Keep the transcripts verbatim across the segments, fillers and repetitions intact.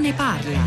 ne parla.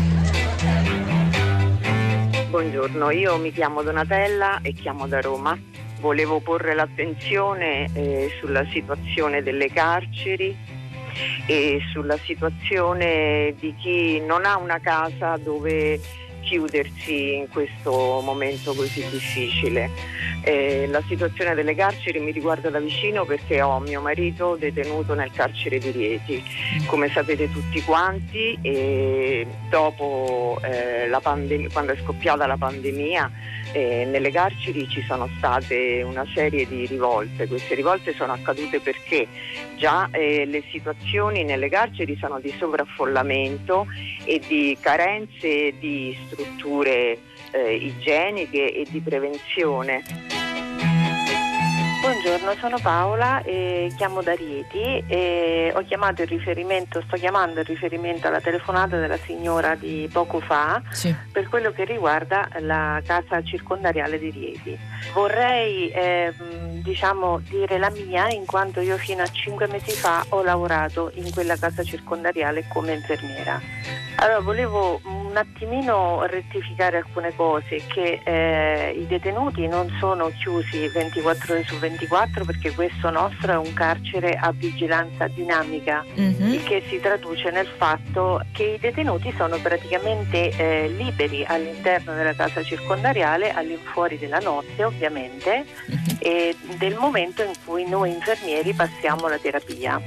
Buongiorno, io mi chiamo Donatella e chiamo da Roma. Volevo porre l'attenzione eh, sulla situazione delle carceri e sulla situazione di chi non ha una casa dove chiudersi in questo momento così difficile. Eh, la situazione delle carceri mi riguarda da vicino perché ho mio marito detenuto nel carcere di Rieti, come sapete tutti quanti, e dopo eh, la pandem- quando è scoppiata la pandemia eh, nelle carceri ci sono state una serie di rivolte. Queste rivolte sono accadute perché già eh, le situazioni nelle carceri sono di sovraffollamento e di carenze di strutture eh, igieniche e di prevenzione. Buongiorno, sono Paola e chiamo da Rieti e ho chiamato in riferimento, sto chiamando in riferimento alla telefonata della signora di poco fa, sì, per quello che riguarda la casa circondariale di Rieti. Vorrei eh, diciamo dire la mia, in quanto io fino a cinque mesi fa ho lavorato in quella casa circondariale come infermiera. Allora volevo un attimino rettificare alcune cose, che eh, i detenuti non sono chiusi ventiquattro ore su ventiquattro, perché questo nostro è un carcere a vigilanza dinamica, mm-hmm. il che si traduce nel fatto che i detenuti sono praticamente eh, liberi all'interno della casa circondariale, all'infuori della notte ovviamente, mm-hmm. e del momento in cui noi infermieri passiamo la terapia.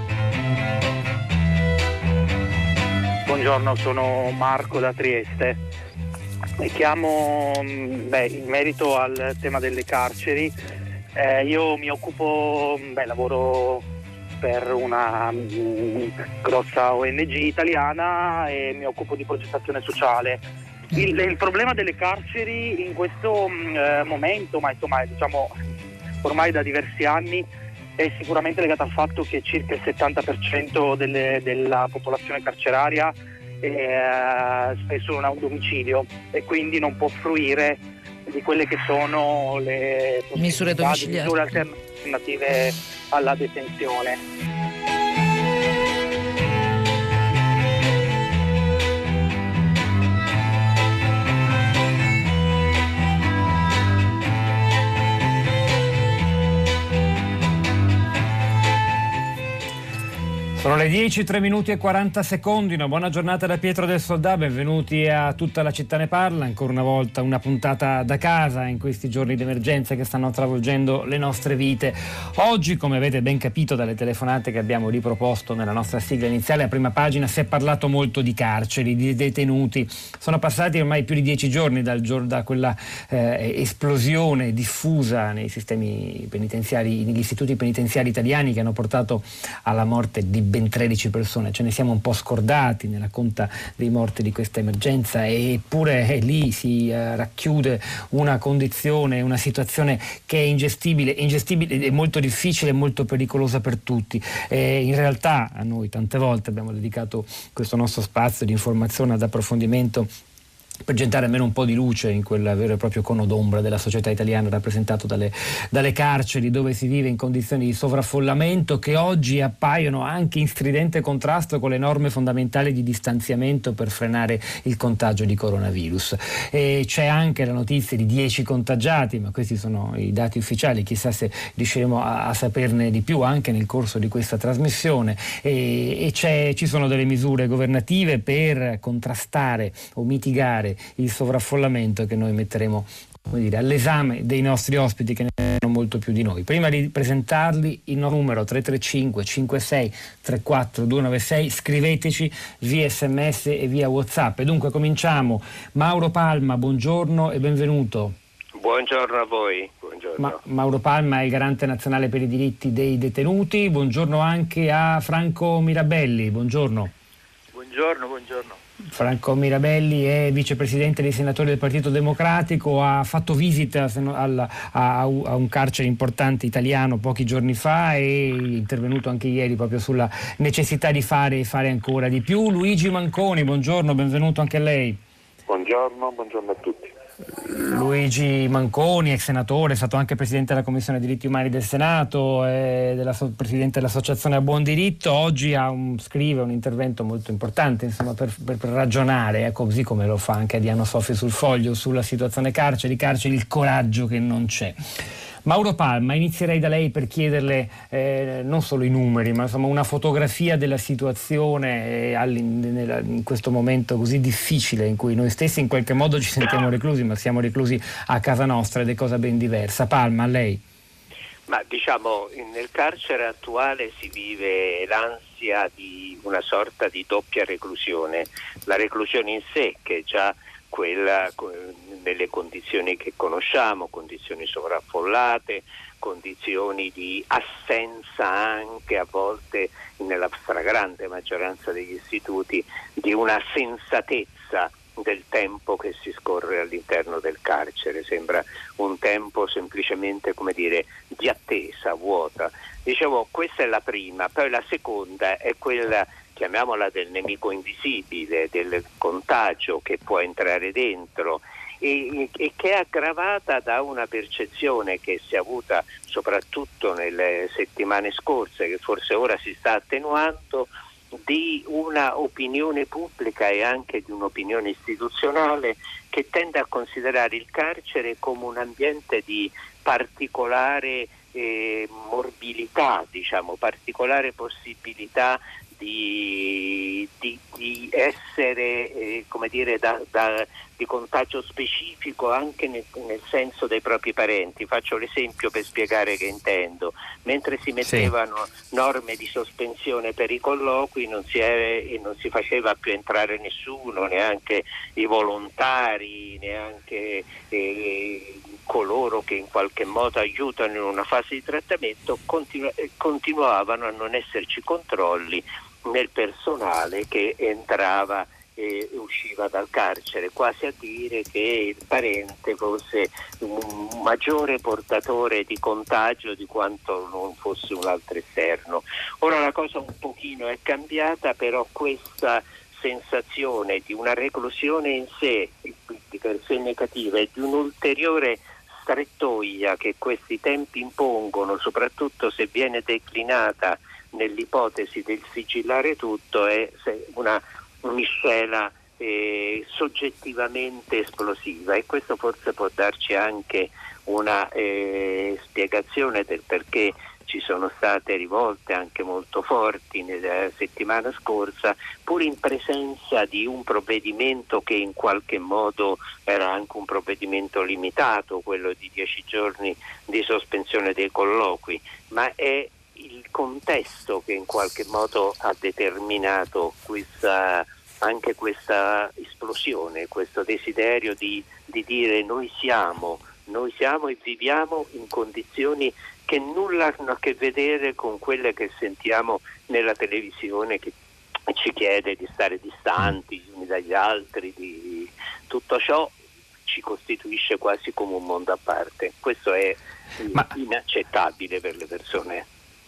Buongiorno, sono Marco da Trieste e chiamo beh, in merito al tema delle carceri. Eh, io mi occupo, beh, lavoro per una mh, grossa O N G italiana e mi occupo di progettazione sociale. Il, il problema delle carceri in questo mh, momento, ma insomma diciamo ormai da diversi anni, è sicuramente legata al fatto che circa il settanta per cento delle, della popolazione carceraria eh, spesso non ha un domicilio e quindi non può fruire di quelle che sono le misure domiciliari, misure alternative alla detenzione. Sono le dieci, tre minuti e quaranta secondi, una buona giornata da Pietro del Soldà, benvenuti a Tutta la città ne parla, ancora una volta una puntata da casa in questi giorni di emergenza che stanno travolgendo le nostre vite. Oggi, come avete ben capito dalle telefonate che abbiamo riproposto nella nostra sigla iniziale, a prima pagina si è parlato molto di carceri, di detenuti. Sono passati ormai più di dieci giorni dal giorno, da quella eh, esplosione diffusa nei sistemi penitenziari, negli istituti penitenziari italiani che hanno portato alla morte di ben tredici persone. Ce ne siamo un po' scordati nella conta dei morti di questa emergenza, eppure eh, lì si eh, racchiude una condizione, una situazione che è ingestibile, ingestibile e molto difficile e molto pericolosa per tutti. Eh, in realtà a noi tante volte abbiamo dedicato questo nostro spazio di informazione ad approfondimento per gettare almeno un po' di luce in quel vero e proprio cono d'ombra della società italiana rappresentato dalle, dalle carceri, dove si vive in condizioni di sovraffollamento che oggi appaiono anche in stridente contrasto con le norme fondamentali di distanziamento per frenare il contagio di coronavirus. E c'è anche la notizia di dieci contagiati, ma questi sono i dati ufficiali, chissà se riusciremo a, a saperne di più anche nel corso di questa trasmissione. E, e c'è, ci sono delle misure governative per contrastare o mitigare il sovraffollamento che noi metteremo, come dire, all'esame dei nostri ospiti che ne hanno molto più di noi. Prima di presentarli, il numero tre tre cinque cinque sei tre quattro due nove sei, scriveteci via sms e via WhatsApp. E dunque cominciamo. Mauro Palma, buongiorno e benvenuto. Buongiorno a voi. Buongiorno. Ma, Mauro Palma è il garante nazionale per i diritti dei detenuti. Buongiorno anche a Franco Mirabelli, buongiorno. Buongiorno, buongiorno. Franco Mirabelli è vicepresidente dei senatori del Partito Democratico, ha fatto visita a, a, a un carcere importante italiano pochi giorni fa e è intervenuto anche ieri proprio sulla necessità di fare e fare ancora di più. Luigi Manconi, buongiorno, benvenuto anche a lei. Buongiorno, buongiorno a tutti. Luigi Manconi, ex senatore, è stato anche presidente della Commissione diritti umani del Senato, e della, presidente dell'Associazione a Buon Diritto. Oggi ha un, scrive un intervento molto importante, insomma, per, per, per ragionare, eh, così come lo fa anche Diano Sofri sul Foglio, sulla situazione carceri, carceri, il coraggio che non c'è. Mauro Palma, inizierei da lei per chiederle eh, non solo i numeri, ma insomma una fotografia della situazione eh, in questo momento così difficile in cui noi stessi in qualche modo ci sentiamo reclusi, ma siamo reclusi a casa nostra ed è cosa ben diversa. Palma, a lei. Ma diciamo, nel carcere attuale si vive l'ansia di una sorta di doppia reclusione, la reclusione in sé, che è già quella nelle condizioni che conosciamo, condizioni sovraffollate, condizioni di assenza anche a volte nella stragrande maggioranza degli istituti di una sensatezza del tempo che si scorre all'interno del carcere. Sembra un tempo semplicemente, come dire, di attesa vuota. Dicevo, questa è la prima, poi la seconda è quella, chiamiamola, del nemico invisibile, del contagio che può entrare dentro e, e che è aggravata da una percezione che si è avuta soprattutto nelle settimane scorse, che forse ora si sta attenuando, di una opinione pubblica e anche di un'opinione istituzionale che tende a considerare il carcere come un ambiente di particolare eh, morbilità, diciamo, particolare possibilità di, di, di essere eh, come dire da, da, di contagio specifico anche nel, nel senso dei propri parenti. Faccio l'esempio per spiegare che intendo. Mentre si mettevano sì. norme di sospensione per i colloqui, non si, è, e non si faceva più entrare nessuno, neanche i volontari, neanche eh, coloro che in qualche modo aiutano in una fase di trattamento, continu- continuavano a non esserci controlli nel personale che entrava e usciva dal carcere, quasi a dire che il parente fosse un maggiore portatore di contagio di quanto non fosse un altro esterno. Ora la cosa un pochino è cambiata, però questa sensazione di una reclusione in sé, di per sé negativa, e di un'ulteriore strettoia che questi tempi impongono, soprattutto se viene declinata nell'ipotesi del sigillare tutto, è una miscela eh, soggettivamente esplosiva, e questo forse può darci anche una eh, spiegazione del perché ci sono state rivolte anche molto forti nella settimana scorsa, pur in presenza di un provvedimento che in qualche modo era anche un provvedimento limitato, quello di dieci giorni di sospensione dei colloqui, ma è il contesto che in qualche modo ha determinato questa, anche questa esplosione, questo desiderio di, di dire noi siamo, noi siamo e viviamo in condizioni che nulla hanno a che vedere con quelle che sentiamo nella televisione, che ci chiede di stare distanti gli uni dagli altri, di tutto ciò ci costituisce quasi come un mondo a parte. Questo è Ma... inaccettabile per le persone.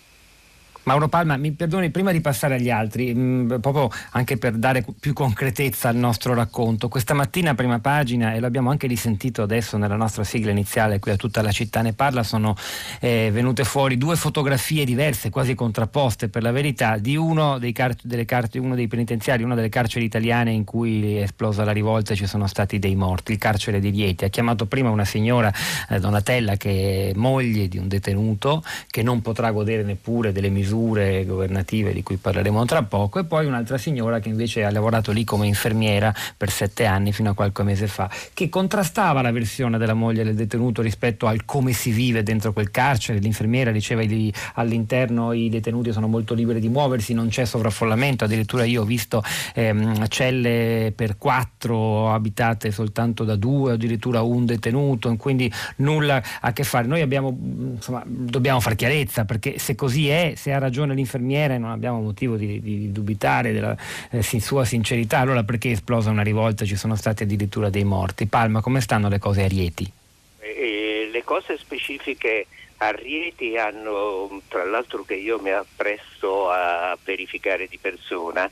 Mauro Palma, mi perdoni, prima di passare agli altri, mh, proprio anche per dare più concretezza al nostro racconto, questa mattina prima pagina, e l'abbiamo anche risentito adesso nella nostra sigla iniziale qui a Tutta la città ne parla, sono eh, venute fuori due fotografie diverse, quasi contrapposte per la verità, di uno dei, car- delle car- uno dei penitenziari, una delle carceri italiane in cui è esplosa la rivolta e ci sono stati dei morti, il carcere di Rieti. Ha chiamato prima una signora, eh, Donatella, che è moglie di un detenuto che non potrà godere neppure delle misure governative di cui parleremo tra poco, e poi un'altra signora che invece ha lavorato lì come infermiera per sette anni fino a qualche mese fa, che contrastava la versione della moglie del detenuto rispetto al come si vive dentro quel carcere. L'infermiera diceva che all'interno i detenuti sono molto liberi di muoversi, non c'è sovraffollamento, addirittura io ho visto ehm, celle per quattro abitate soltanto da due, addirittura un detenuto, quindi nulla a che fare. Noi abbiamo, insomma, dobbiamo far chiarezza, perché se così è, se ha ragione l'infermiera e non abbiamo motivo di, di dubitare della eh, sua sincerità, allora perché è esplosa una rivolta e ci sono stati addirittura dei morti? Palma, come stanno le cose a Rieti? Eh, le cose specifiche a Rieti hanno, tra l'altro che io mi appresto a verificare di persona,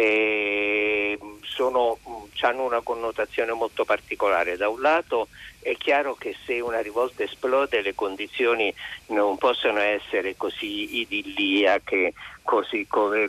eh, sono, hanno una connotazione molto particolare. Da un lato è chiaro che se una rivolta esplode le condizioni non possono essere così idilliache, così come,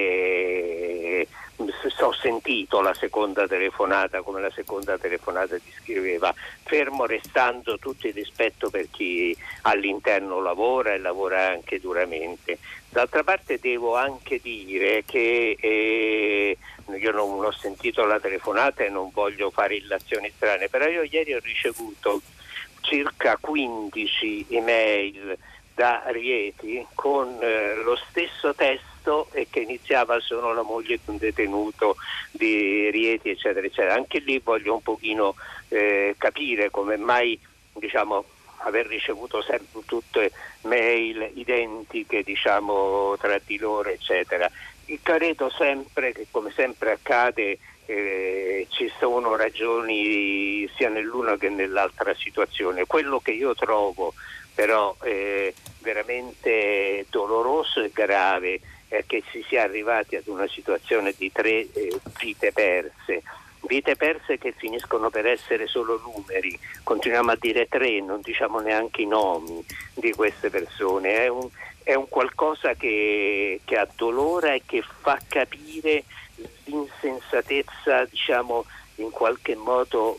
come ho sentito la seconda telefonata, come la seconda telefonata descriveva, fermo restando tutto il rispetto per chi all'interno lavora e lavora anche duramente. D'altra parte devo anche dire che eh, io non ho sentito la telefonata e non voglio fare illazioni strane, però io ieri ho ricevuto circa quindici email da Rieti con eh, lo stesso testo e che iniziava: sono la moglie di un detenuto di Rieti, eccetera eccetera. Anche lì voglio un pochino eh, capire come mai, diciamo, aver ricevuto sempre tutte mail identiche, diciamo, tra di loro, eccetera. Io credo sempre che, come sempre accade, eh, ci sono ragioni sia nell'una che nell'altra situazione. Quello che io trovo però eh, veramente doloroso e grave è che si sia arrivati ad una situazione di tre eh, vite perse. Vite perse che finiscono per essere solo numeri, continuiamo a dire tre, non diciamo neanche i nomi di queste persone. È un, è un qualcosa che, che addolora e che fa capire l'insensatezza, diciamo, in qualche modo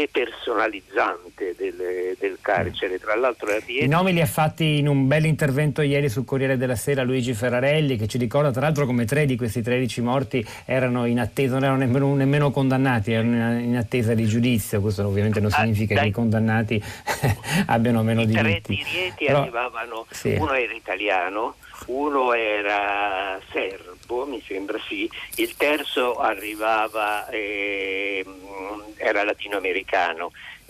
depersonalizzante del, del carcere. Tra l'altro i nomi li ha fatti in un bel intervento ieri sul Corriere della Sera Luigi Ferrarelli, che ci ricorda tra l'altro come tre di questi tredici morti erano in attesa, non erano nemmeno, nemmeno condannati, erano in attesa di giudizio. Questo ovviamente non significa ah, che i condannati abbiano meno diritti. I tre di Rieti Però, arrivavano, sì. Uno era italiano, uno era serbo, mi sembra, sì, il terzo arrivava, eh, era latinoamericano,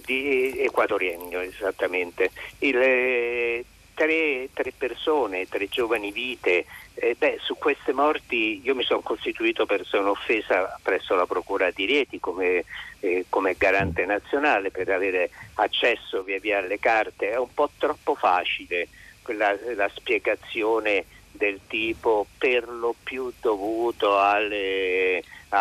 di equatoriano esattamente. Il, eh, tre, tre persone, tre giovani vite. Eh, beh, su queste morti io mi sono costituito persona offesa presso la Procura di Rieti come, eh, come garante nazionale per avere accesso via via alle carte. È un po' troppo facile La, la spiegazione del tipo per lo più dovuto alle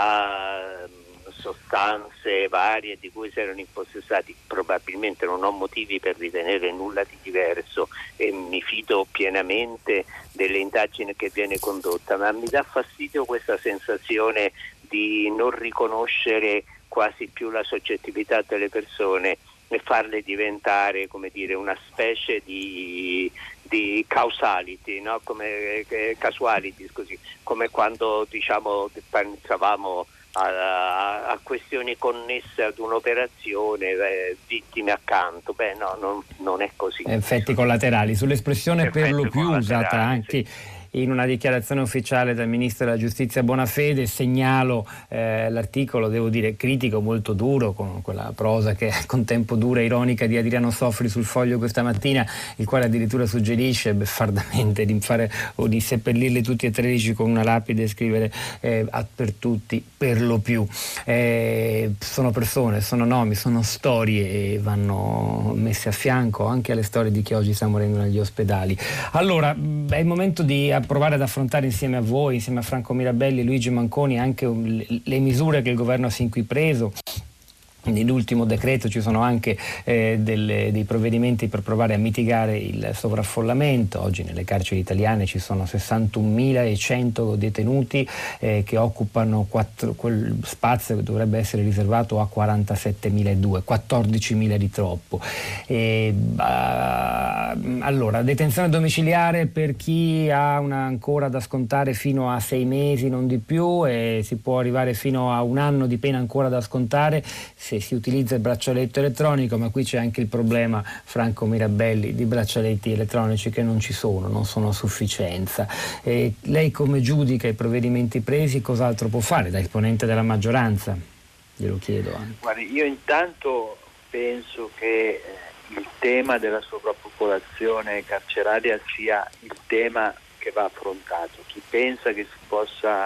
a sostanze varie di cui si erano impossessati. Probabilmente non ho motivi per ritenere nulla di diverso e mi fido pienamente delle indagini che viene condotta, ma mi dà fastidio questa sensazione di non riconoscere quasi più la soggettività delle persone e farle diventare, come dire, una specie di, di causality, no? Come eh, casuality, così, come quando, diciamo, pensavamo a, a questioni connesse ad un'operazione, eh, vittime accanto. Beh, no, non, non è così. Effetti collaterali. Sull'espressione Effetti per lo più usata anche sì. in una dichiarazione ufficiale dal Ministro della Giustizia Bonafede, segnalo eh, l'articolo, devo dire, critico, molto duro, con quella prosa che è con tempo dura e ironica di Adriano Sofri sul Foglio questa mattina, il quale addirittura suggerisce beffardamente di fare o di seppellirli tutti e tredici con una lapide e scrivere eh, per tutti, per lo più. Eh, sono persone, sono nomi, sono storie e vanno messe a fianco anche alle storie di chi oggi sta morendo negli ospedali. Allora, è il momento di provare ad affrontare insieme a voi, insieme a Franco Mirabelli e Luigi Manconi, anche le misure che il governo ha sin qui preso. Nell'ultimo decreto ci sono anche eh, delle, dei provvedimenti per provare a mitigare il sovraffollamento. Oggi nelle carceri italiane ci sono sessantunomiladuecento detenuti eh, che occupano quattro, quel spazio che dovrebbe essere riservato a quarantasettemiladuecento, quattordicimila di troppo. E, uh, allora, detenzione domiciliare per chi ha una ancora da scontare fino a sei mesi, non di più, e si può arrivare fino a un anno di pena ancora da scontare se si utilizza il braccialetto elettronico, ma qui c'è anche il problema, Franco Mirabelli, di braccialetti elettronici che non ci sono, non sono a sufficienza. E lei come giudica i provvedimenti presi, cos'altro può fare da esponente della maggioranza? Glielo chiedo anche. Guardi, io intanto penso che il tema della sovrappopolazione carceraria sia il tema che va affrontato. Chi pensa che si possa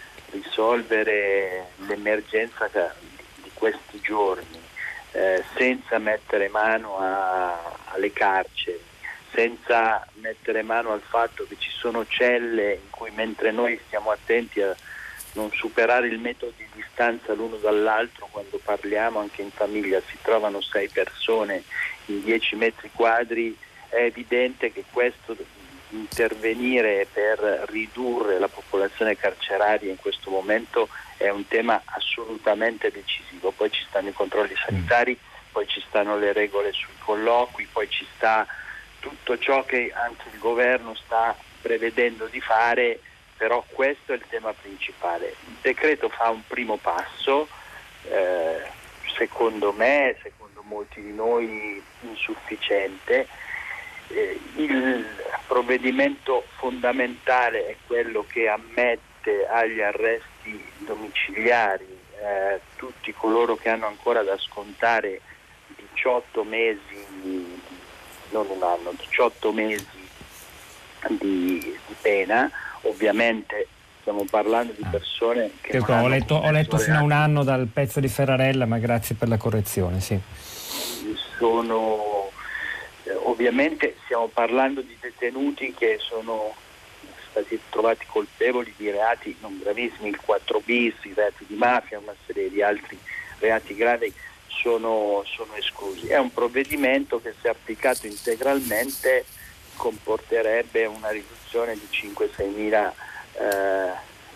risolvere l'emergenza questi giorni eh, senza mettere mano a, alle carceri, senza mettere mano al fatto che ci sono celle in cui, mentre noi stiamo attenti a non superare il metodo di distanza l'uno dall'altro, quando parliamo anche in famiglia si trovano sei persone in dieci metri quadri, è evidente che questo intervenire per ridurre la popolazione carceraria in questo momento è un tema assolutamente decisivo. Poi ci stanno i controlli sanitari, poi ci stanno le regole sui colloqui, poi ci sta tutto ciò che anche il governo sta prevedendo di fare, però questo è il tema principale. Il decreto fa un primo passo, eh, secondo me, secondo molti di noi insufficiente. Eh, il provvedimento fondamentale è quello che ammette agli arresti domiciliari eh, tutti coloro che hanno ancora da scontare diciotto mesi, non un anno, diciotto mesi di, di pena. Ovviamente stiamo parlando di persone che, che ho letto, ho letto fino a un anno dal pezzo di Ferrarella, ma grazie per la correzione. Sì. Sono eh, ovviamente stiamo parlando di detenuti che sono stati trovati colpevoli di reati non gravissimi, il quattro bis, i reati di mafia, una serie di altri reati gravi sono, sono esclusi. È un provvedimento che, se applicato integralmente, comporterebbe una riduzione di cinque sei mila eh,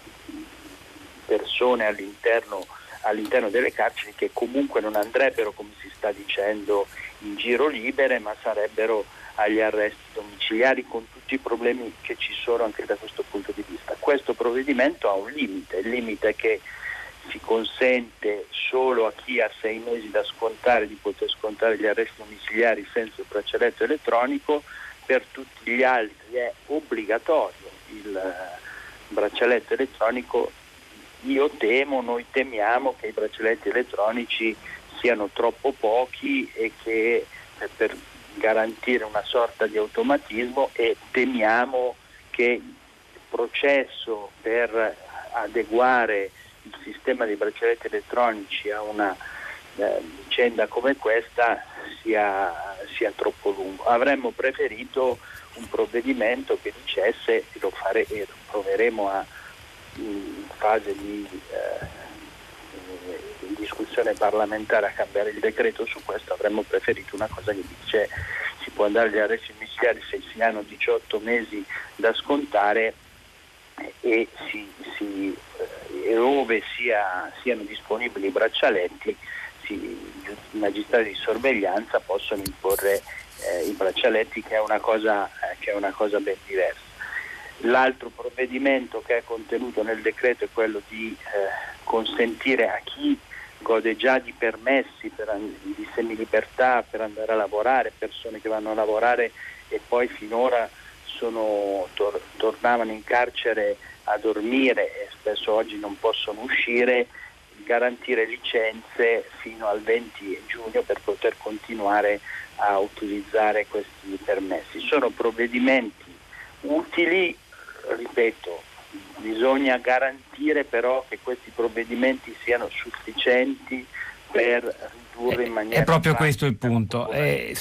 persone all'interno, all'interno delle carceri, che comunque non andrebbero, come si sta dicendo, in giro libere, ma sarebbero agli arresti domiciliari, con tutti i problemi che ci sono anche da questo punto di vista. Questo provvedimento ha un limite, il limite è che si consente solo a chi ha sei mesi da scontare di poter scontare gli arresti domiciliari senza il braccialetto elettronico. Per tutti gli altri è obbligatorio il braccialetto elettronico. Io temo, noi temiamo che i braccialetti elettronici siano troppo pochi e che eh, per garantire una sorta di automatismo, e temiamo che il processo per adeguare il sistema dei braccialetti elettronici a una eh, vicenda come questa sia, sia troppo lungo. Avremmo preferito un provvedimento che dicesse, e lo, fare, e lo proveremo a, in fase di eh, in discussione parlamentare, a cambiare il decreto su questo. Avremmo preferito una cosa che dice si può andare agli arresti domiciliari se si hanno diciotto mesi da scontare e si, si e ove sia, siano disponibili i braccialetti, si, i magistrati di sorveglianza possono imporre eh, i braccialetti, che è una cosa, eh, che è una cosa ben diversa. L'altro provvedimento che è contenuto nel decreto è quello di eh, consentire a chi gode già di permessi per, di semilibertà per andare a lavorare, persone che vanno a lavorare e poi finora sono, tor- tornavano in carcere a dormire e spesso oggi non possono uscire, garantire licenze fino al venti giugno per poter continuare a utilizzare questi permessi. Sono provvedimenti utili, ripeto, bisogna garantire però che questi provvedimenti siano sufficienti per ridurre in maniera... È proprio questo il punto. Eh,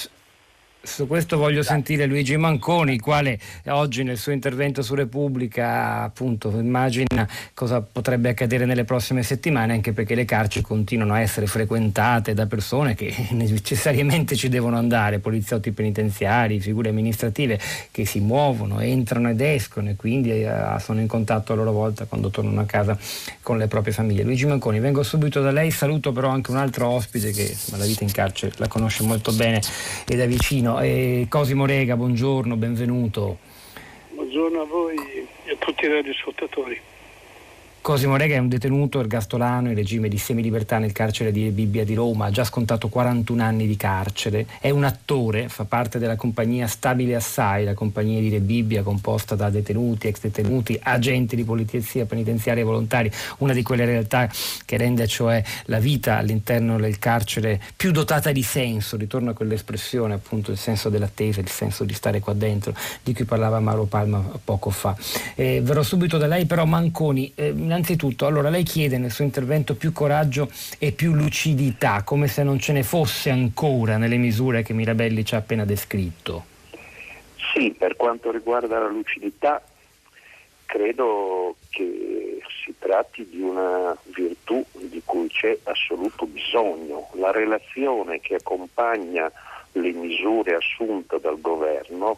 su questo voglio sentire Luigi Manconi, il quale oggi nel suo intervento su Repubblica appunto immagina cosa potrebbe accadere nelle prossime settimane, anche perché le carceri continuano a essere frequentate da persone che necessariamente ci devono andare, poliziotti penitenziari, figure amministrative che si muovono, entrano ed escono e quindi eh, sono in contatto a loro volta quando tornano a casa con le proprie famiglie. Luigi Manconi, vengo subito da lei, saluto però anche un altro ospite che la vita in carcere la conosce molto bene e da vicino. E Cosimo Rega, buongiorno, benvenuto. Buongiorno a voi e a tutti i radioascoltatori. Cosimo Rega è un detenuto ergastolano in regime di semilibertà nel carcere di Rebibbia di Roma, ha già scontato quarantuno anni di carcere, è un attore, fa parte della compagnia Stabile Assai, la compagnia di Rebibbia composta da detenuti, ex detenuti, agenti di polizia penitenziaria volontari, una di quelle realtà che rende cioè la vita all'interno del carcere più dotata di senso, ritorno a quell'espressione appunto, il senso dell'attesa, il senso di stare qua dentro, di cui parlava Mauro Palma poco fa. Eh, verrò subito da lei però, Manconi, eh, innanzitutto, allora lei chiede nel suo intervento più coraggio e più lucidità, come se non ce ne fosse ancora nelle misure che Mirabelli ci ha appena descritto. Sì, per quanto riguarda la lucidità, credo che si tratti di una virtù di cui c'è assoluto bisogno. La relazione che accompagna le misure assunte dal governo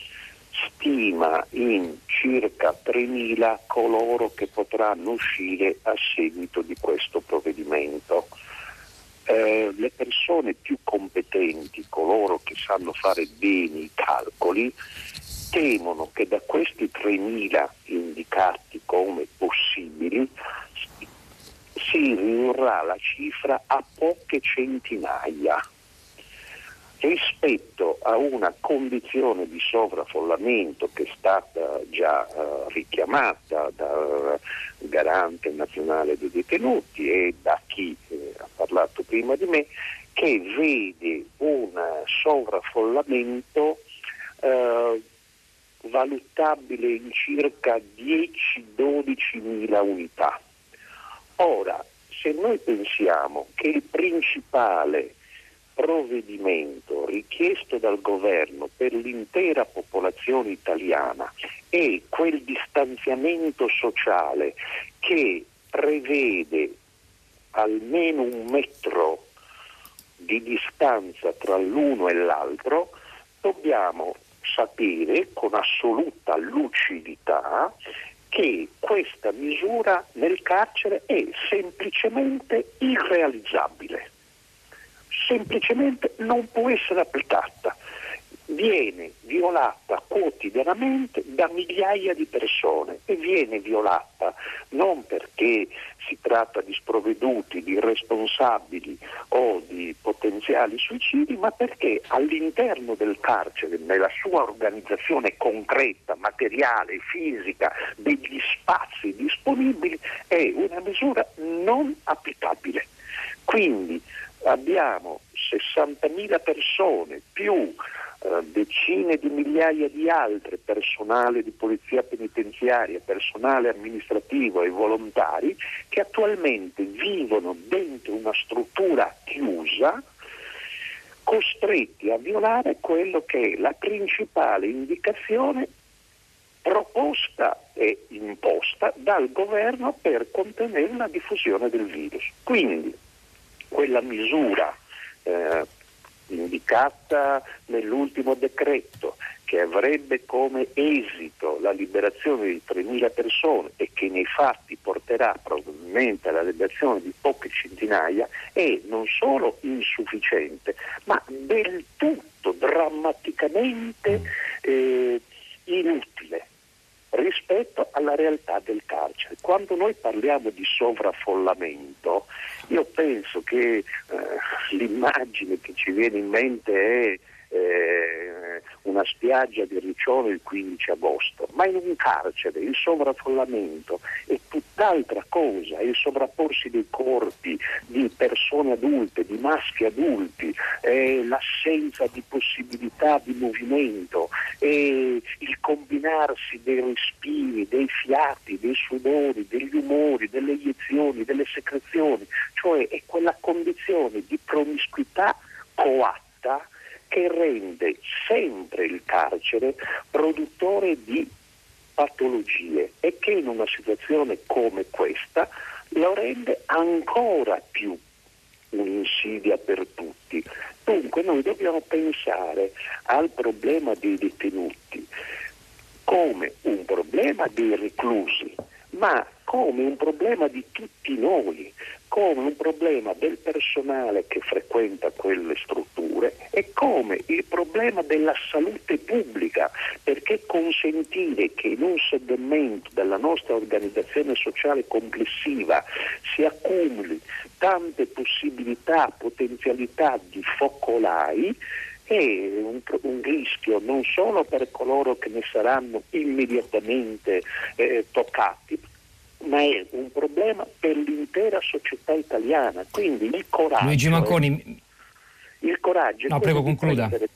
stima in circa tremila coloro che potranno uscire a seguito di questo provvedimento. Eh, le persone più competenti, coloro che sanno fare bene i calcoli, temono che da questi tremila indicati come possibili si ridurrà la cifra a poche centinaia, rispetto a una condizione di sovraffollamento che è stata già uh, richiamata dal Garante nazionale dei detenuti e da chi eh, ha parlato prima di me, che vede un sovraffollamento uh, valutabile in circa dieci dodici mila unità. Ora, se noi pensiamo che il principale provvedimento richiesto dal governo per l'intera popolazione italiana è quel distanziamento sociale che prevede almeno un metro di distanza tra l'uno e l'altro, dobbiamo sapere con assoluta lucidità che questa misura nel carcere è semplicemente irrealizzabile. Semplicemente non può essere applicata, viene violata quotidianamente da migliaia di persone e viene violata non perché si tratta di sprovveduti, di irresponsabili o di potenziali suicidi, ma perché all'interno del carcere, nella sua organizzazione concreta, materiale, fisica, degli spazi disponibili, è una misura non applicabile. Quindi abbiamo sessantamila persone più eh, decine di migliaia di altre, personale di polizia penitenziaria, personale amministrativo e volontari, che attualmente vivono dentro una struttura chiusa, costretti a violare quello che è la principale indicazione proposta e imposta dal governo per contenere la diffusione del virus. Quindi quella misura eh, indicata nell'ultimo decreto, che avrebbe come esito la liberazione di tremila persone e che nei fatti porterà probabilmente alla liberazione di poche centinaia, è non solo insufficiente, ma del tutto drammaticamente eh, inutile rispetto alla realtà del carcere. Quando noi parliamo di sovraffollamento, io penso che eh, l'immagine che ci viene in mente è eh, una spiaggia di Riccione il quindici agosto, ma in un carcere il sovraffollamento è tutt'altra cosa, è il sovrapporsi dei corpi di persone adulte, di maschi adulti, è l'assenza di possibilità di movimento, è il combinarsi dei respiri, dei fiati, dei sudori, degli umori, delle iniezioni, delle secrezioni, cioè è quella condizione di promiscuità coatta che rende sempre il carcere produttore di patologie e che in una situazione come questa lo rende ancora più un'insidia per tutti. Dunque noi dobbiamo pensare al problema dei detenuti come un problema dei reclusi, ma come un problema di tutti noi, come un problema del personale che frequenta quelle strutture e come il problema della salute pubblica, perché consentire che in un segmento della nostra organizzazione sociale complessiva si accumuli tante possibilità, potenzialità di focolai è un, un rischio non solo per coloro che ne saranno immediatamente eh, toccati, ma è un problema per l'intera società italiana. Quindi il coraggio Luigi Manconi, il coraggio no, è prego, di concluda. prendere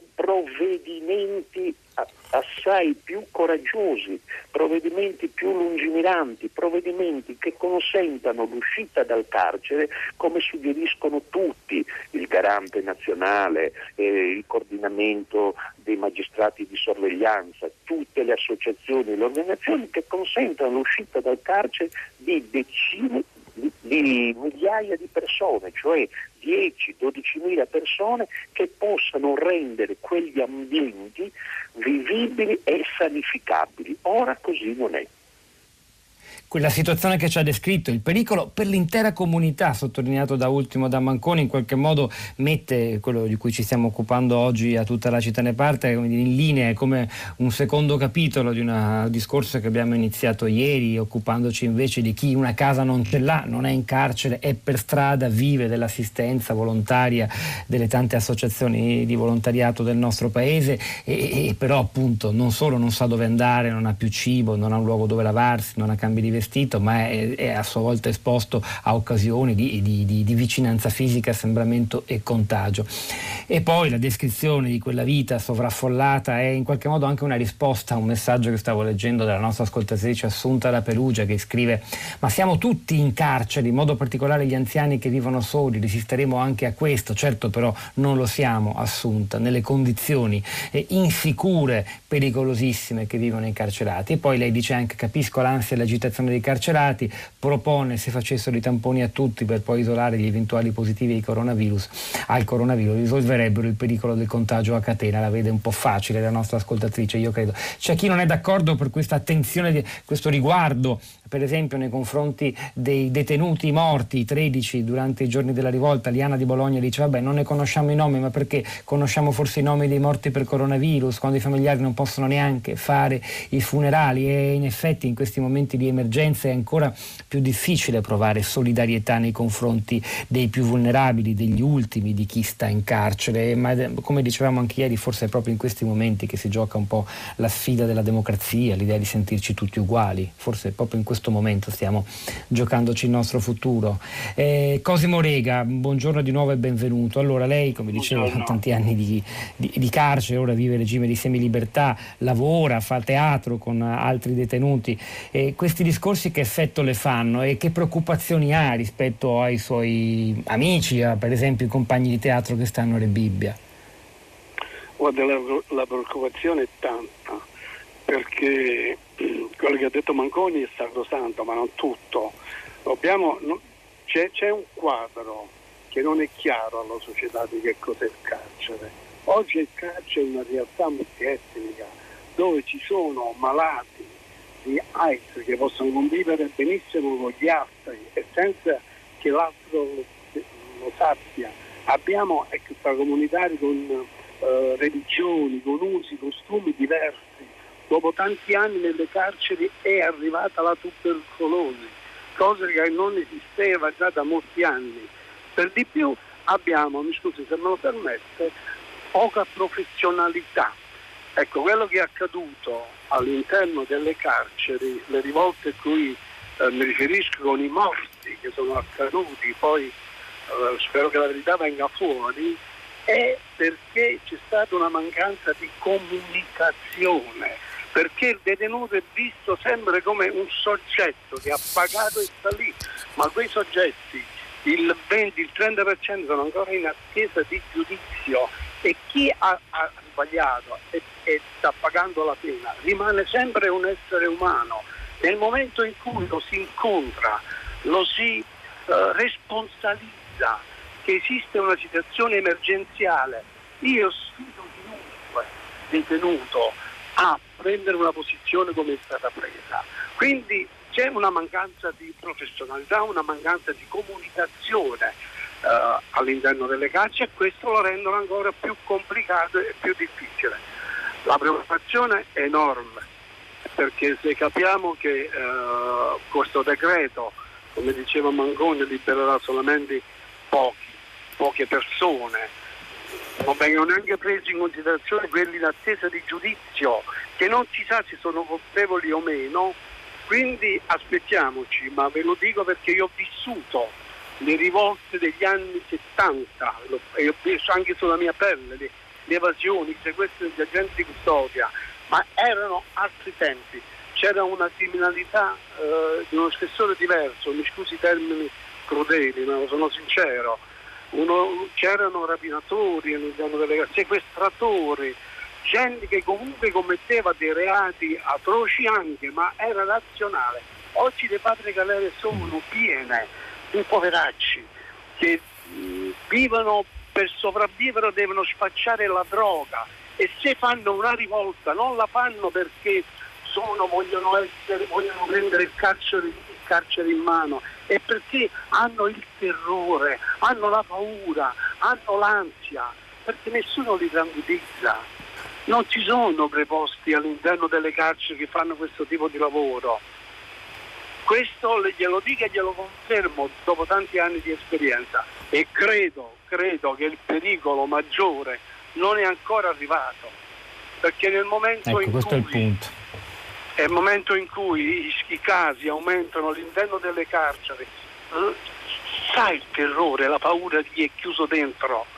provvedimenti assai più coraggiosi, provvedimenti più lungimiranti, provvedimenti che consentano l'uscita dal carcere come suggeriscono tutti, il Garante nazionale, eh, il coordinamento dei magistrati di sorveglianza, tutte le associazioni e le organizzazioni che consentano l'uscita dal carcere di decine di, di migliaia di persone, cioè dieci dodici mila persone che possano rendere quegli ambienti vivibili e sanificabili. Ora così non è. Quella situazione che ci ha descritto, il pericolo per l'intera comunità, sottolineato da ultimo da Manconi, in qualche modo mette quello di cui ci stiamo occupando oggi a Tutta la città ne parte in linea, è come un secondo capitolo di un discorso che abbiamo iniziato ieri, occupandoci invece di chi una casa non ce l'ha, non è in carcere, è per strada, vive dell'assistenza volontaria delle tante associazioni di volontariato del nostro paese e, e però appunto non solo non sa dove andare, non ha più cibo, non ha un luogo dove lavarsi, non ha cambi di vestito, ma è, è a sua volta esposto a occasioni di, di, di, di vicinanza fisica, assembramento e contagio. E poi la descrizione di quella vita sovraffollata è in qualche modo anche una risposta a un messaggio che stavo leggendo dalla nostra ascoltatrice Assunta da Perugia, che scrive: ma siamo tutti in carcere, in modo particolare gli anziani che vivono soli, resisteremo anche a questo. Certo, però non lo siamo, Assunta, nelle condizioni eh, insicure, pericolosissime che vivono i carcerati. E poi lei dice anche: capisco l'ansia e l'agitazione dei carcerati, propone se facessero i tamponi a tutti per poi isolare gli eventuali positivi ai coronavirus, al coronavirus risolverebbero il pericolo del contagio a catena. La vede un po' facile la nostra ascoltatrice, io credo. C'è chi non è d'accordo per questa attenzione, questo riguardo, per esempio nei confronti dei detenuti morti, tredici durante i giorni della rivolta. Liana di Bologna dice: vabbè, non ne conosciamo i nomi, ma perché conosciamo forse i nomi dei morti per coronavirus, quando i familiari non possono neanche fare i funerali? E in effetti in questi momenti di emergenza è ancora più difficile provare solidarietà nei confronti dei più vulnerabili, degli ultimi, di chi sta in carcere. Ma come dicevamo anche ieri, forse è proprio in questi momenti che si gioca un po' la sfida della democrazia, l'idea di sentirci tutti uguali. Forse proprio in questo momento stiamo giocandoci il nostro futuro. Eh, Cosimo Rega, buongiorno di nuovo e benvenuto. Allora, lei, come dicevo, ha tanti anni di, di, di carcere, ora vive regime di semilibertà, lavora, fa teatro con altri detenuti. Eh, questi discorsi che effetto le fanno e che preoccupazioni ha rispetto ai suoi amici, a, per esempio i compagni di teatro che stanno a Rebibbia? Guarda, la, la preoccupazione è tanta, perché quello che ha detto Manconi è sacrosanto, ma non tutto. Dobbiamo, no, c'è, c'è un quadro che non è chiaro alla società di che cos'è il carcere. Oggi il carcere è una realtà multietnica, dove ci sono malati di AIDS che possono convivere benissimo con gli altri e senza che l'altro lo sappia. Abbiamo extracomunitari con eh, religioni, con usi, costumi diversi. Dopo tanti anni nelle carceri è arrivata la tubercolosi, cosa che non esisteva già da molti anni. Per di più abbiamo, mi scusi se me lo permette, poca professionalità. Ecco, quello che è accaduto all'interno delle carceri, le rivolte a cui eh, mi riferisco con i morti che sono accaduti, poi eh, spero che la verità venga fuori, è perché c'è stata una mancanza di comunicazione, perché il detenuto è visto sempre come un soggetto che ha pagato e sta lì, ma quei soggetti, il venti, il trenta per cento sono ancora in attesa di giudizio e chi ha, ha sbagliato e, e sta pagando la pena rimane sempre un essere umano. Nel momento in cui lo si incontra, lo si uh, responsabilizza che esiste una situazione emergenziale, io sfido chiunque detenuto a prendere una posizione come è stata presa. Quindi c'è una mancanza di professionalità, una mancanza di comunicazione uh, all'interno delle carceri, e questo lo rendono ancora più complicato e più difficile. La preoccupazione è enorme, perché se capiamo che uh, questo decreto, come diceva Manconi, libererà solamente pochi, poche persone, non vengono neanche presi in considerazione quelli in attesa di giudizio, che non si sa se sono colpevoli o meno. Quindi aspettiamoci, ma ve lo dico perché io ho vissuto le rivolte degli anni settanta e ho visto anche sulla mia pelle le, le evasioni, i sequestri degli agenti di custodia, ma erano altri tempi, c'era una criminalità eh, di uno spessore diverso, mi scusi i termini crudeli, ma sono sincero. Uno, c'erano rapinatori all'interno delle sequestratori gente che comunque commetteva dei reati atroci anche, ma era razionale. Oggi le patrie galere sono piene di poveracci che mh, vivono per sopravvivere, devono spacciare la droga, e se fanno una rivolta non la fanno perché sono, vogliono essere, vogliono prendere il carcere, il carcere in mano, è perché hanno il terrore, hanno la paura, hanno l'ansia, perché nessuno li tranquillizza. Non ci sono preposti all'interno delle carceri che fanno questo tipo di lavoro. Questo glielo dico e glielo confermo dopo tanti anni di esperienza, e credo, credo che il pericolo maggiore non è ancora arrivato, perché nel momento ecco, in questo cui è il punto. nel momento in cui i, i casi aumentano all'interno delle carceri, eh, sai il terrore, la paura di chi è chiuso dentro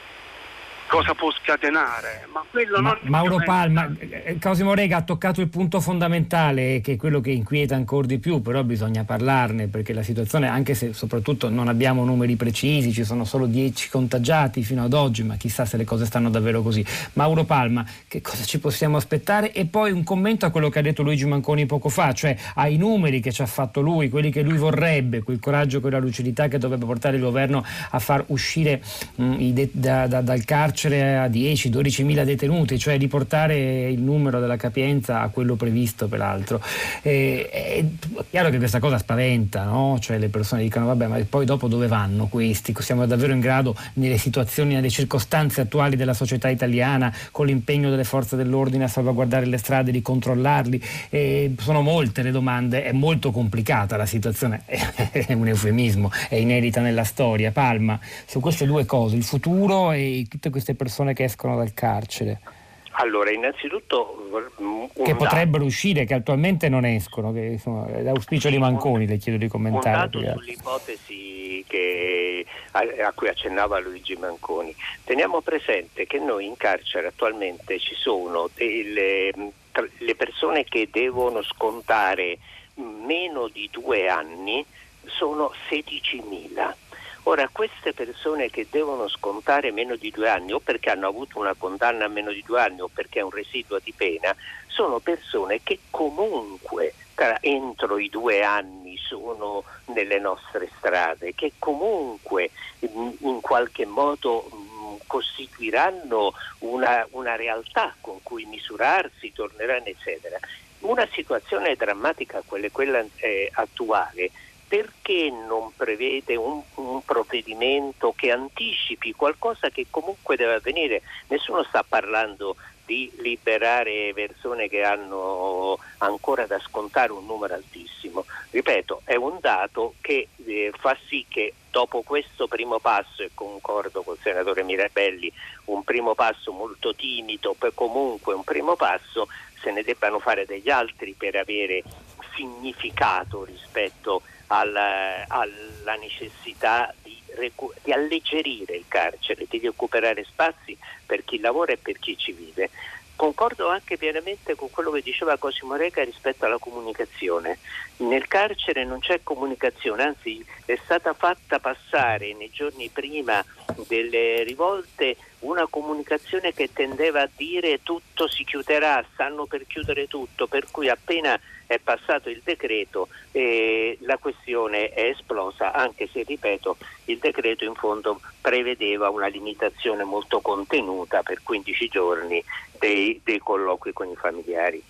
cosa può scatenare, ma quello ma, non Mauro Palma, eh, Cosimo Rega ha toccato il punto fondamentale, che è quello che inquieta ancora di più, però bisogna parlarne, perché la situazione, anche se soprattutto non abbiamo numeri precisi, ci sono solo dieci contagiati fino ad oggi, ma chissà se le cose stanno davvero così. Mauro Palma, che cosa ci possiamo aspettare? E poi un commento a quello che ha detto Luigi Manconi poco fa, cioè ai numeri che ci ha fatto lui, quelli che lui vorrebbe, quel coraggio, quella lucidità che dovrebbe portare il governo a far uscire mh, i de- da, da, dal carcere a dieci dodici mila detenuti, cioè di portare il numero della capienza a quello previsto peraltro. E, è chiaro che questa cosa spaventa, no? Cioè le persone dicono vabbè, ma poi dopo dove vanno questi? Siamo davvero in grado, nelle situazioni, nelle circostanze attuali della società italiana, con l'impegno delle forze dell'ordine a salvaguardare le strade, di controllarli? E sono molte le domande, è molto complicata la situazione, è un eufemismo, è inedita nella storia. Palma, su queste due cose, il futuro e tutte queste persone che escono dal carcere. Allora, innanzitutto che potrebbero uscire, che attualmente non escono, che insomma, è l'auspicio sì, di Manconi, le chiedo di commentare. Un dato sull'ipotesi che, a, a cui accennava Luigi Manconi. Teniamo presente che noi in carcere attualmente ci sono delle, le persone che devono scontare meno di due anni sono sedicimila. Ora, queste persone che devono scontare meno di due anni, o perché hanno avuto una condanna a meno di due anni o perché è un residuo di pena, sono persone che comunque tra, entro i due anni sono nelle nostre strade, che comunque in, in qualche modo mh, costituiranno una, una realtà con cui misurarsi, torneranno eccetera. Una situazione drammatica come quella eh, attuale, perché non prevede un, un provvedimento che anticipi qualcosa che comunque deve avvenire? Nessuno sta parlando di liberare persone che hanno ancora da scontare un numero altissimo. Ripeto, è un dato che eh, fa sì che dopo questo primo passo, e concordo col senatore Mirabelli, un primo passo molto timido, poi comunque un primo passo, se ne debbano fare degli altri per avere significato rispetto alla, alla necessità di, recu- di alleggerire il carcere, di recuperare spazi per chi lavora e per chi ci vive. Concordo anche pienamente con quello che diceva Cosimo Rega rispetto alla comunicazione. Nel carcere non c'è comunicazione, anzi è stata fatta passare nei giorni prima delle rivolte una comunicazione che tendeva a dire tutto si chiuderà, stanno per chiudere tutto, per cui appena è passato il decreto eh, la questione è esplosa, anche se, ripeto, il decreto in fondo prevedeva una limitazione molto contenuta per quindici giorni dei, dei colloqui con i familiari.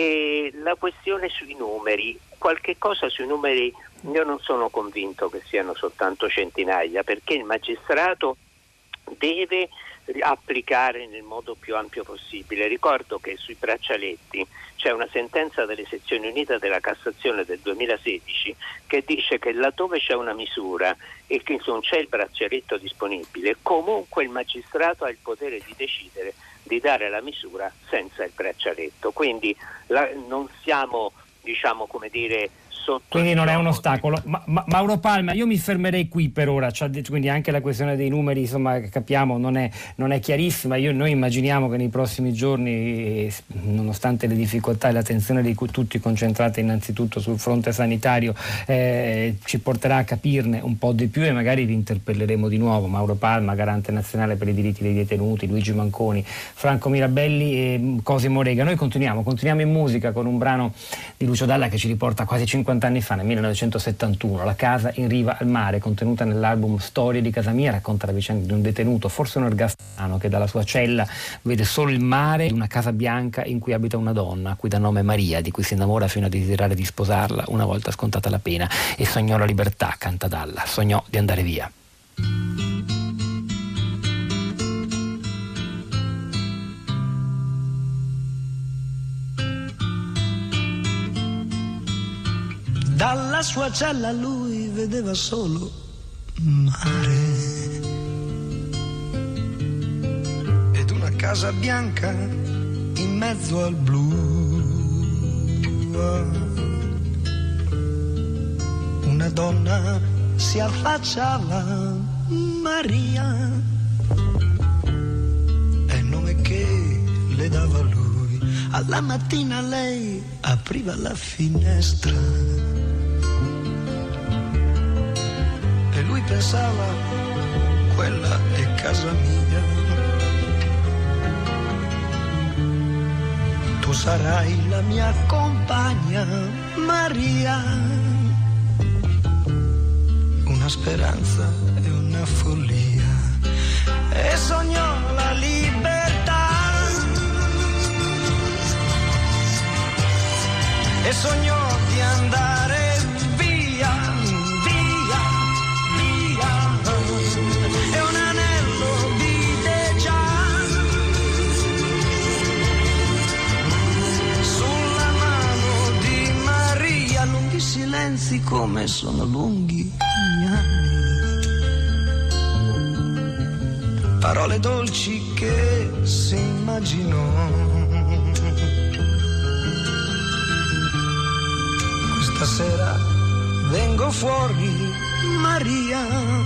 E la questione sui numeri, qualche cosa sui numeri io non sono convinto che siano soltanto centinaia, perché il magistrato deve applicare nel modo più ampio possibile. Ricordo che sui braccialetti c'è una sentenza delle sezioni unite della Cassazione del duemilasedici che dice che laddove c'è una misura e che non c'è il braccialetto disponibile, comunque il magistrato ha il potere di decidere di dare la misura senza il braccialetto. Quindi la, non siamo, diciamo, come dire, sotto. Quindi non è un ostacolo. Ma, ma, Mauro Palma, io mi fermerei qui per ora, cioè, quindi anche la questione dei numeri, insomma, capiamo, non è, non è chiarissima. Io, noi immaginiamo che nei prossimi giorni, nonostante le difficoltà e l'attenzione di tutti concentrata innanzitutto sul fronte sanitario, eh, ci porterà a capirne un po' di più e magari vi interpelleremo di nuovo. Mauro Palma, garante nazionale per i diritti dei detenuti, Luigi Manconi, Franco Mirabelli e Cosimo Rega. Noi continuiamo, continuiamo in musica con un brano di Lucio Dalla che ci riporta quasi cinquanta anni fa, nel millenovecentosettantuno. La casa in riva al mare, contenuta nell'album Storie di casa mia, racconta la vicenda di un detenuto, forse un ergastano, che dalla sua cella vede solo il mare e una casa bianca in cui abita una donna a cui dà nome Maria, di cui si innamora fino a desiderare di sposarla una volta scontata la pena, e sognò la libertà, canta Dalla, sognò di andare via. Dalla sua cella lui vedeva solo mare ed una casa bianca in mezzo al blu. Una donna si affacciava, Maria, è il nome che le dava lui. Alla mattina lei apriva la finestra e lui pensava, quella è casa mia. Tu sarai la mia compagna, Maria. Una speranza e una follia, e sognò la libertà, e sognò di andare via, via, via, e un anello vide già sulla mano di Maria. Lunghi silenzi come sono lunghi gli anni, parole dolci che si immaginò. Stasera vengo fuori, Maria,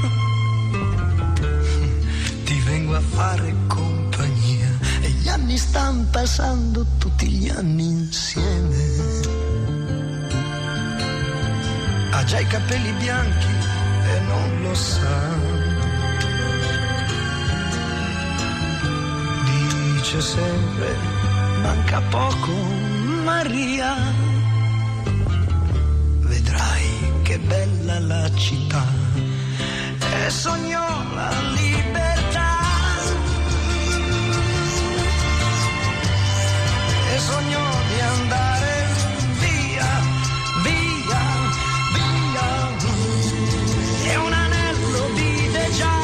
ti vengo a fare compagnia, e gli anni stanno passando, tutti gli anni insieme. Ha già i capelli bianchi e non lo sa, dice sempre manca poco, Maria. Vedrai che bella la città, e sognò la libertà, e sognò di andare via, via, via, e un anello vide già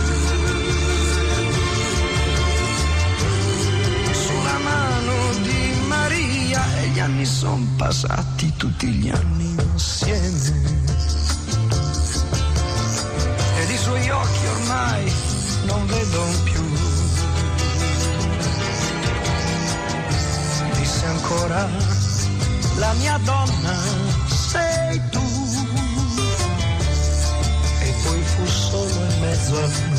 sulla mano di Maria, e gli anni son passati, tutti gli anni insieme, ed i suoi occhi ormai non vedono più. Disse ancora, la mia donna sei tu, e poi fu solo in mezzo al blu.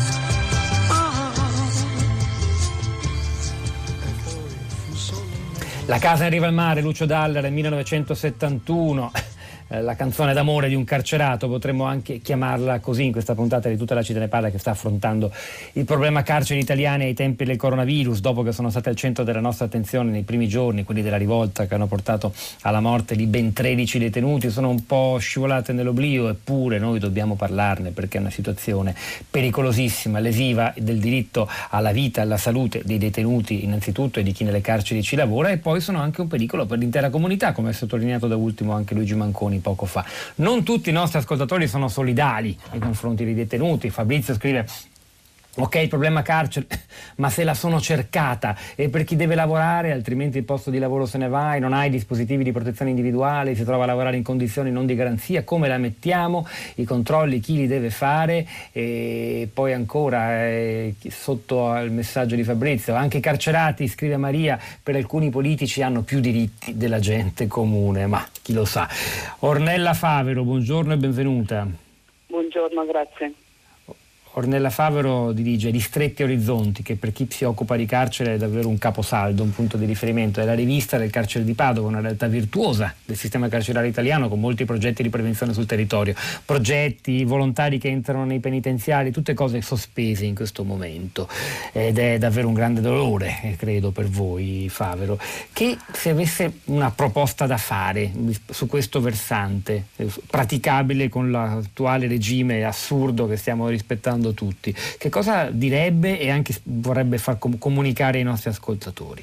La casa in riva al mare, Lucio Dalla, nel millenovecentosettantuno. La canzone d'amore di un carcerato, potremmo anche chiamarla così in questa puntata di Tutta la città ne parla, che sta affrontando il problema carceri italiane ai tempi del coronavirus, dopo che sono state al centro della nostra attenzione nei primi giorni, quelli della rivolta che hanno portato alla morte di ben tredici detenuti. Sono un po' scivolate nell'oblio, eppure noi dobbiamo parlarne, perché è una situazione pericolosissima, lesiva del diritto alla vita e alla salute dei detenuti innanzitutto e di chi nelle carceri ci lavora, e poi sono anche un pericolo per l'intera comunità, come ha sottolineato da ultimo anche Luigi Manconi poco fa. Non tutti i nostri ascoltatori sono solidali nei confronti dei detenuti. Fabrizio scrive: Ok, il problema carcere, ma se la sono cercata, e per chi deve lavorare, altrimenti il posto di lavoro se ne va e non hai dispositivi di protezione individuale, si trova a lavorare in condizioni non di garanzia, come la mettiamo, i controlli, chi li deve fare, e poi ancora eh, sotto al messaggio di Fabrizio, anche i carcerati, scrive Maria, per alcuni politici hanno più diritti della gente comune, ma chi lo sa. Ornella Favero, buongiorno e benvenuta. Buongiorno, grazie. Ornella Favero dirige Ristretti Orizzonti, che per chi si occupa di carcere è davvero un caposaldo, un punto di riferimento. È la rivista del carcere di Padova, una realtà virtuosa del sistema carcerario italiano, con molti progetti di prevenzione sul territorio. Progetti, volontari che entrano nei penitenziari, tutte cose sospese in questo momento. Ed è davvero un grande dolore, credo, per voi, Favero. Che se avesse una proposta da fare su questo versante, praticabile con l'attuale regime assurdo che stiamo rispettando tutti, che cosa direbbe e anche vorrebbe far com- comunicare ai nostri ascoltatori?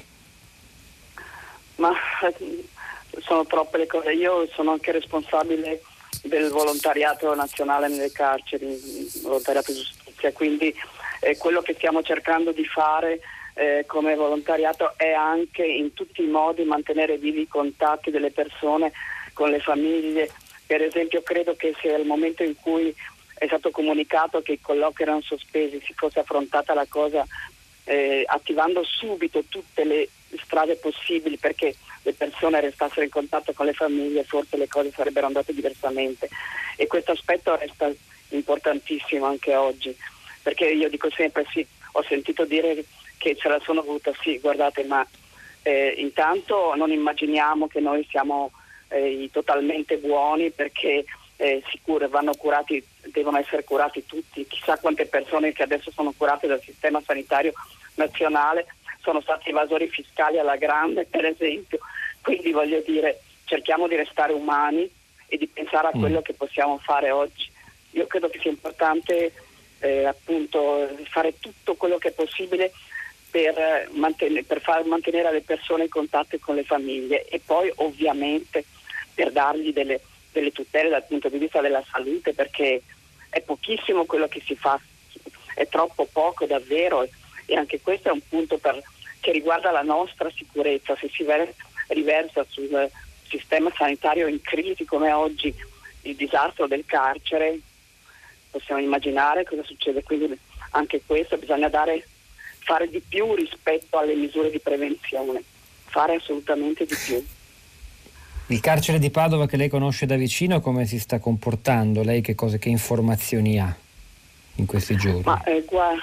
Ma sono troppe le cose. Io sono anche responsabile del volontariato nazionale nelle carceri, volontariato giustizia, quindi eh, quello che stiamo cercando di fare eh, come volontariato è anche in tutti i modi mantenere vivi i contatti delle persone con le famiglie. Per esempio, credo che sia il momento in cui è stato comunicato che i colloqui erano sospesi, si fosse affrontata la cosa eh, attivando subito tutte le strade possibili perché le persone restassero in contatto con le famiglie, forse le cose sarebbero andate diversamente, e questo aspetto resta importantissimo anche oggi, perché io dico sempre sì, ho sentito dire che ce la sono avuta, sì, guardate, ma eh, intanto non immaginiamo che noi siamo eh, totalmente buoni, perché Eh, sicure vanno curati, devono essere curati tutti. Chissà quante persone che adesso sono curate dal sistema sanitario nazionale sono stati evasori fiscali alla grande, per esempio. Quindi voglio dire, cerchiamo di restare umani e di pensare a quello che possiamo fare oggi. Io credo che sia importante eh, appunto fare tutto quello che è possibile per, manten- per far mantenere le persone in contatto con le famiglie, e poi ovviamente per dargli delle delle tutele dal punto di vista della salute, perché è pochissimo quello che si fa, è troppo poco davvero, e anche questo è un punto per, che riguarda la nostra sicurezza. Se si ver- riversa sul sistema sanitario in crisi come oggi il disastro del carcere, possiamo immaginare cosa succede. Quindi anche questo bisogna dare, fare di più rispetto alle misure di prevenzione, fare assolutamente di più. Il carcere di Padova, che lei conosce da vicino, come si sta comportando? Lei che cose, che informazioni ha in questi giorni? Ma eh, guarda,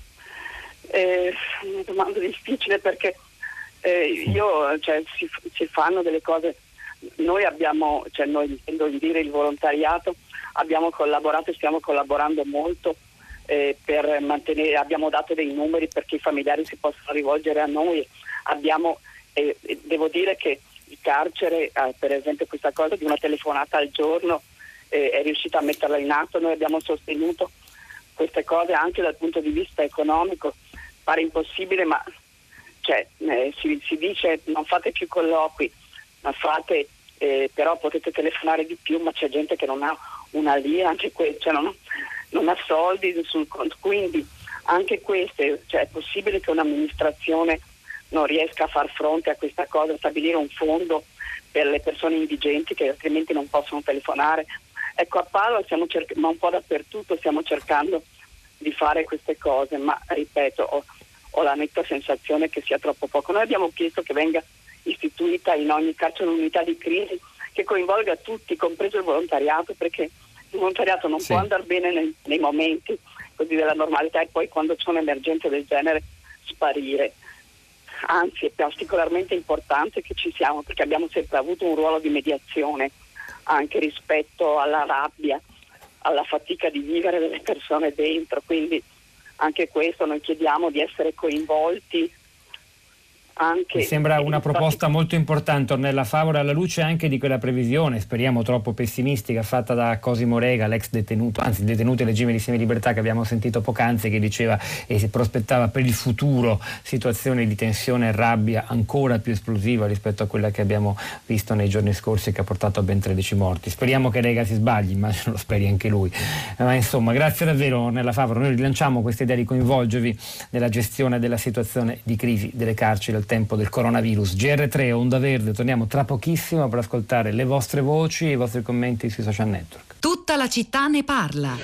è una domanda difficile, perché eh, io, cioè, si, si fanno delle cose. Noi abbiamo, cioè noi intendo dire il volontariato, abbiamo collaborato e stiamo collaborando molto eh, per mantenere, abbiamo dato dei numeri perché i familiari si possano rivolgere a noi. Abbiamo, eh, devo dire che il carcere, eh, per esempio questa cosa di una telefonata al giorno, eh, è riuscita a metterla in atto. Noi abbiamo sostenuto queste cose anche dal punto di vista economico. Pare impossibile, ma cioè, eh, si, si dice non fate più colloqui, ma fate, eh, però potete telefonare di più, ma c'è gente che non ha una lira, anche que- cioè non, non ha soldi sul conto, quindi anche queste, cioè, è possibile che un'amministrazione non riesca a far fronte a questa cosa, stabilire un fondo per le persone indigenti che altrimenti non possono telefonare. Ecco, a Padova stiamo cerc- ma un po' dappertutto stiamo cercando di fare queste cose, ma ripeto, ho, ho la netta sensazione che sia troppo poco. Noi abbiamo chiesto che venga istituita in ogni carcere un'unità di crisi che coinvolga tutti, compreso il volontariato, perché il volontariato non sì. può andare bene nei, nei momenti così della normalità e poi quando c'è un'emergenza del genere sparire. Anzi, è particolarmente importante che ci siamo, perché abbiamo sempre avuto un ruolo di mediazione anche rispetto alla rabbia, alla fatica di vivere delle persone dentro, quindi anche questo noi chiediamo di essere coinvolti anche... Mi sembra una proposta molto importante, Ornella Favola, alla luce anche di quella previsione, speriamo troppo pessimistica, fatta da Cosimo Rega, l'ex detenuto, anzi detenuto in regime di semilibertà che abbiamo sentito poc'anzi, che diceva e si prospettava per il futuro situazioni di tensione e rabbia ancora più esplosiva rispetto a quella che abbiamo visto nei giorni scorsi, che ha portato a ben tredici morti. Speriamo che Rega si sbagli, immagino lo speri anche lui. Ma insomma, grazie davvero Ornella Favola, noi rilanciamo questa idea di coinvolgervi nella gestione della situazione di crisi delle carceri al tempo del coronavirus. G R tre, Onda Verde, torniamo tra pochissimo per ascoltare le vostre voci e i vostri commenti sui social network. Tutta la città ne parla.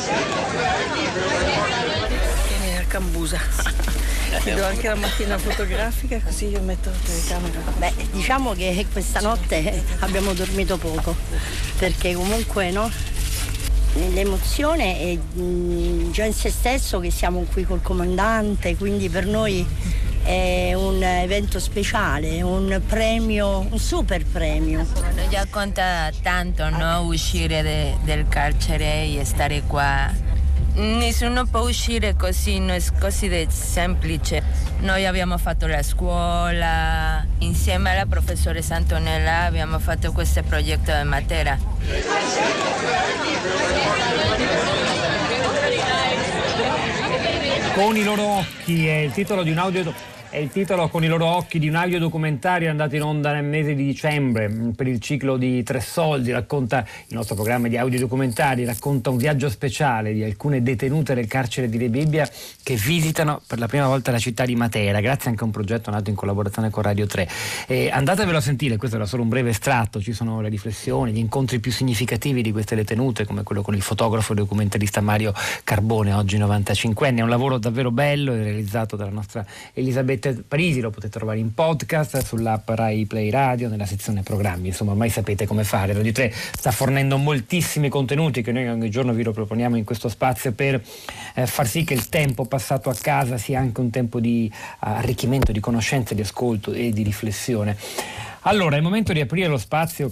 Vieni a Cambusa. Chiedo anche la macchina fotografica, così io metto la telecamera. Beh, diciamo che questa notte abbiamo dormito poco, perché comunque no, l'emozione è mh, già in se stesso che siamo qui col comandante, quindi per noi è un evento speciale, un premio, un super premio. Bueno, già conta tanto, no? Uscire de, del carcere e stare qua. Nessuno può uscire così, non è così semplice. Noi abbiamo fatto la scuola, insieme alla professoressa Antonella abbiamo fatto questo progetto di Matera. Con i loro occhi è il titolo di un audio. È il titolo Con i loro occhi di un audiodocumentario andato in onda nel mese di dicembre per il ciclo di Tre Soldi. Racconta, il nostro programma di audiodocumentari racconta un viaggio speciale di alcune detenute del carcere di Rebibbia che visitano per la prima volta la città di Matera, grazie anche a un progetto nato in collaborazione con Radio tre. E andatevelo a sentire, questo era solo un breve estratto, ci sono le riflessioni, gli incontri più significativi di queste detenute, come quello con il fotografo e documentarista Mario Carbone, oggi novantacinquenne. È un lavoro davvero bello e realizzato dalla nostra Elisabetta Parisi, lo potete trovare in podcast sull'app Rai Play Radio nella sezione programmi. Insomma, ormai sapete come fare. Radio tre sta fornendo moltissimi contenuti che noi ogni giorno vi lo proponiamo in questo spazio per eh, far sì che il tempo passato a casa sia anche un tempo di uh, arricchimento, di conoscenza, di ascolto e di riflessione. Allora, è il momento di aprire lo spazio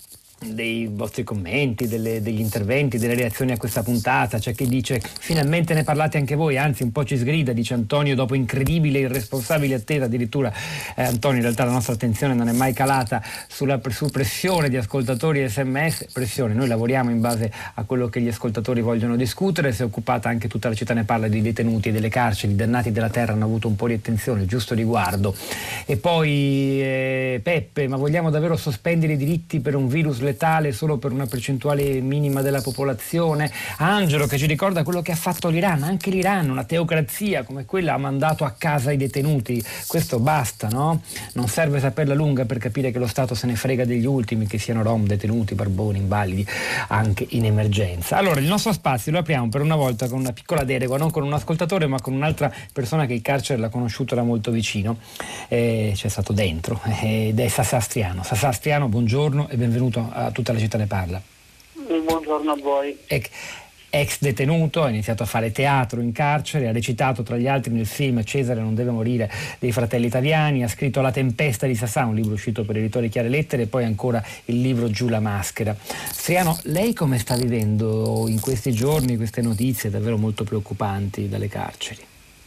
dei vostri commenti, delle, degli interventi, delle reazioni a questa puntata. C'è chi dice finalmente ne parlate anche voi, anzi un po' ci sgrida, dice Antonio, dopo incredibile e irresponsabile attesa. Addirittura eh, Antonio, in realtà la nostra attenzione non è mai calata sulla su pressione di ascoltatori e sms, pressione, noi lavoriamo in base a quello che gli ascoltatori vogliono discutere. Si è occupata anche Tutta la città ne parla di detenuti e delle carceri, i dannati della terra hanno avuto un po' di attenzione, giusto riguardo. E poi eh, Peppe, ma vogliamo davvero sospendere i diritti per un virus letale solo per una percentuale minima della popolazione? Angelo, che ci ricorda quello che ha fatto l'Iran, anche l'Iran, una teocrazia come quella, ha mandato a casa i detenuti. Questo basta, no? Non serve saperla lunga per capire che lo Stato se ne frega degli ultimi, che siano rom, detenuti, barboni, invalidi, anche in emergenza. Allora, il nostro spazio lo apriamo per una volta con una piccola deroga, non con un ascoltatore ma con un'altra persona che il carcere l'ha conosciuto da molto vicino, eh, c'è stato dentro, eh, ed è Sasà Striano. Sasà Striano, buongiorno e benvenuto a Tutta la città ne parla. Buongiorno a voi. Ex, ex detenuto, ha iniziato a fare teatro in carcere, ha recitato tra gli altri nel film Cesare non deve morire dei Fratelli Italiani, ha scritto La tempesta di Sasà, un libro uscito per Editore Chiare Lettere, e poi ancora il libro Giù la maschera. Striano, lei come sta vivendo in questi giorni queste notizie davvero molto preoccupanti dalle carceri?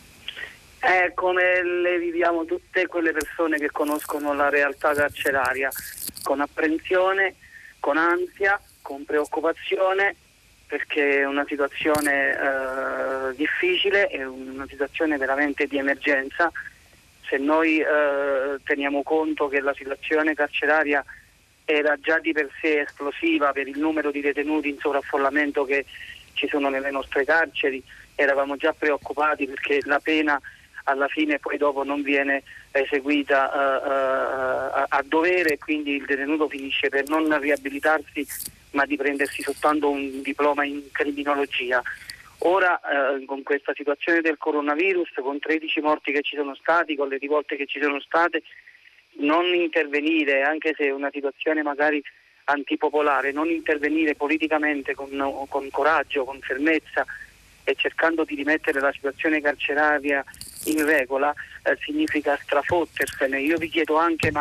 È come le viviamo tutte quelle persone che conoscono la realtà carceraria, con apprensione, con ansia, con preoccupazione, perché è una situazione eh, difficile, è una situazione veramente di emergenza. Se noi eh, teniamo conto che la situazione carceraria era già di per sé esplosiva per il numero di detenuti in sovraffollamento che ci sono nelle nostre carceri, eravamo già preoccupati perché la pena alla fine poi dopo non viene eseguita uh, uh, a dovere, e quindi il detenuto finisce per non riabilitarsi ma di prendersi soltanto un diploma in criminologia. Ora uh, con questa situazione del coronavirus, con tredici morti che ci sono stati, con le rivolte che ci sono state, non intervenire, anche se è una situazione magari antipopolare, non intervenire politicamente con, con coraggio, con fermezza e cercando di rimettere la situazione carceraria in regola, eh, significa strafottersene. Io vi chiedo anche, ma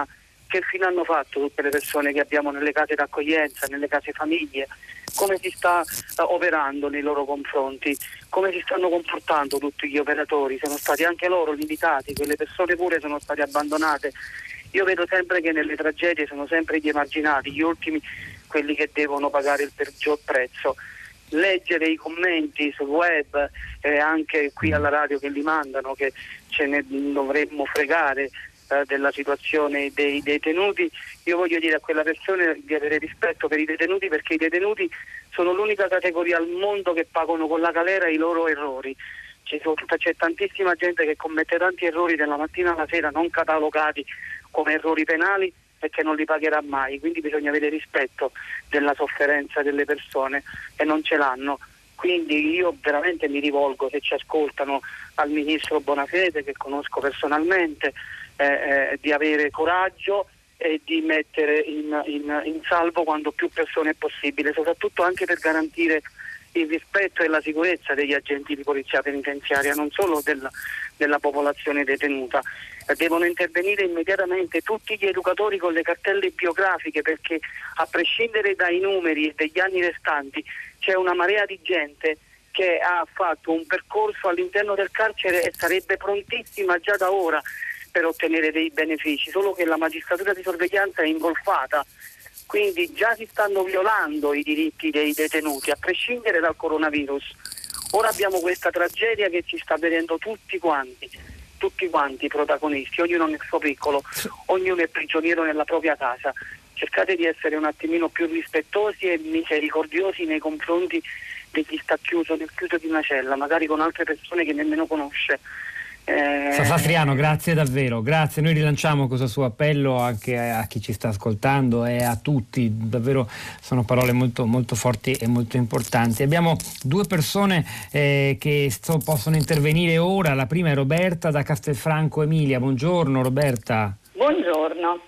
che fine hanno fatto tutte le persone che abbiamo nelle case d'accoglienza, nelle case famiglie? Come si sta uh, operando nei loro confronti? Come si stanno comportando tutti gli operatori? Sono stati anche loro limitati, quelle persone pure sono state abbandonate. Io vedo sempre che nelle tragedie sono sempre gli emarginati, gli ultimi, quelli che devono pagare il peggior prezzo. Leggere i commenti sul web e eh, anche qui alla radio che li mandano, che ce ne dovremmo fregare eh, della situazione dei detenuti, io voglio dire a quella persona di avere rispetto per i detenuti, perché i detenuti sono l'unica categoria al mondo che pagano con la galera i loro errori. C'è, c'è tantissima gente che commette tanti errori dalla mattina alla sera non catalogati come errori penali e che non li pagherà mai, quindi bisogna avere rispetto della sofferenza delle persone e non ce l'hanno. Quindi io veramente mi rivolgo, se ci ascoltano, al ministro Bonafede, che conosco personalmente, eh, eh, di avere coraggio e di mettere in, in, in salvo quanto più persone è possibile, soprattutto anche per garantire il rispetto e la sicurezza degli agenti di polizia penitenziaria, non solo della, della popolazione detenuta. Devono intervenire immediatamente tutti gli educatori con le cartelle biografiche, perché a prescindere dai numeri e degli anni restanti c'è una marea di gente che ha fatto un percorso all'interno del carcere e sarebbe prontissima già da ora per ottenere dei benefici, solo che la magistratura di sorveglianza è ingolfata. Quindi già si stanno violando i diritti dei detenuti, a prescindere dal coronavirus. Ora abbiamo questa tragedia che ci sta vedendo tutti quanti, tutti quanti i protagonisti, ognuno nel suo piccolo, ognuno è prigioniero nella propria casa. Cercate di essere un attimino più rispettosi e misericordiosi nei confronti di chi sta chiuso nel chiuso di una cella, magari con altre persone che nemmeno conosce. Eh... Satriano, grazie davvero, grazie. Noi rilanciamo questo suo appello anche a chi ci sta ascoltando e a tutti, davvero sono parole molto, molto forti e molto importanti. Abbiamo due persone eh, che sto, possono intervenire ora. La prima è Roberta da Castelfranco Emilia. Buongiorno Roberta. Buongiorno.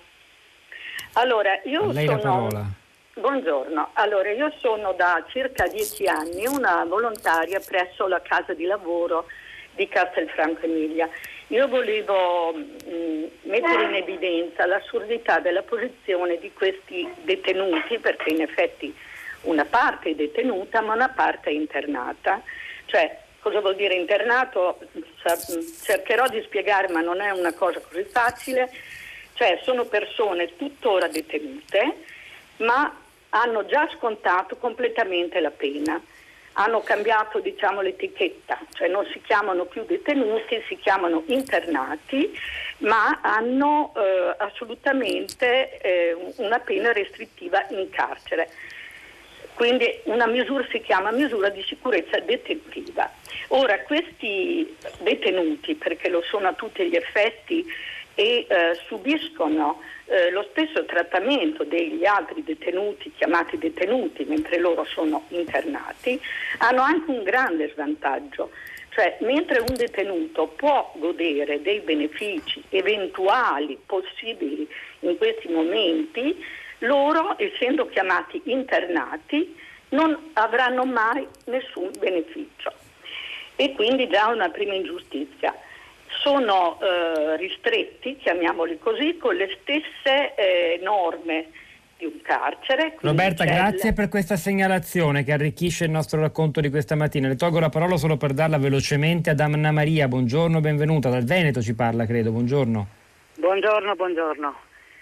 Allora, io a lei sono... la parola. Buongiorno, allora io sono da circa dieci anni una volontaria presso la casa di lavoro di Castelfranco Emilia. Io volevo mh, mettere in evidenza l'assurdità della posizione di questi detenuti, perché in effetti una parte è detenuta ma una parte è internata. Cioè, cosa vuol dire internato? Cercherò di spiegare, ma non è una cosa così facile. Cioè, sono persone tuttora detenute ma hanno già scontato completamente la pena. Hanno cambiato, diciamo, l'etichetta, cioè non si chiamano più detenuti, si chiamano internati, ma hanno eh, assolutamente eh, una pena restrittiva in carcere. Quindi una misura si chiama misura di sicurezza detentiva. Ora, questi detenuti, perché lo sono a tutti gli effetti, e eh, subiscono eh, lo stesso trattamento degli altri detenuti, chiamati detenuti, mentre loro sono internati, hanno anche un grande svantaggio. Cioè, mentre un detenuto può godere dei benefici eventuali possibili in questi momenti, loro, essendo chiamati internati, non avranno mai nessun beneficio. E quindi già una prima ingiustizia. Sono eh, ristretti, chiamiamoli così, con le stesse eh, norme di un carcere. Roberta, c'è grazie il... per questa segnalazione che arricchisce il nostro racconto di questa mattina. Le tolgo la parola solo per darla velocemente ad Anna Maria. Buongiorno, benvenuta. Dal Veneto ci parla, credo. Buongiorno. Buongiorno, buongiorno.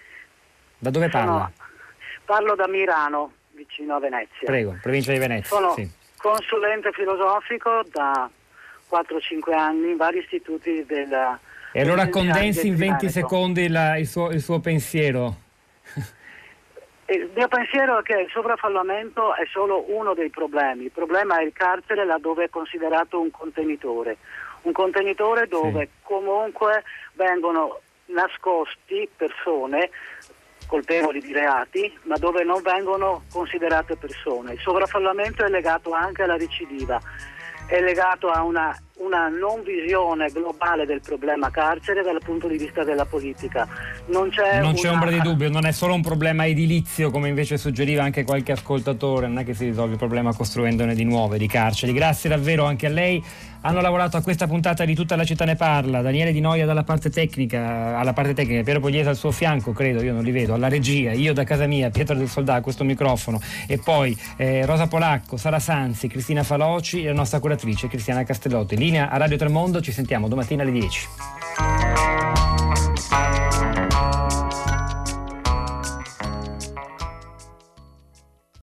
Da dove parla? Sono... Parlo da Mirano, vicino a Venezia. Prego, provincia di Venezia. Sono sì. consulente filosofico da quattro cinque anni in vari istituti della... E allora condensi in venti secondi la, il, suo, il suo pensiero. Il mio pensiero è che il sovraffollamento è solo uno dei problemi. Il problema è il carcere laddove è considerato un contenitore. Un contenitore dove sì. comunque vengono nascosti persone colpevoli di reati, ma dove non vengono considerate persone. Il sovraffollamento è legato anche alla recidiva. È legato a una una non visione globale del problema carcere dal punto di vista della politica. Non c'è, non c'è una... ombra di dubbio, non è solo un problema edilizio, come invece suggeriva anche qualche ascoltatore, non è che si risolve il problema costruendone di nuove, di carceri. Grazie davvero anche a lei. Hanno lavorato a questa puntata di Tutta la città ne parla Daniele Di Noia dalla parte tecnica, alla parte tecnica, Piero Pugliese al suo fianco, credo, io non li vedo, alla regia, io da casa mia, Pietro del Soldà a questo microfono, e poi eh, Rosa Polacco, Sara Sanzi, Cristina Faloci e la nostra curatrice Cristiana Castellotti. Linea a Radio Tremondo, ci sentiamo domattina alle dieci.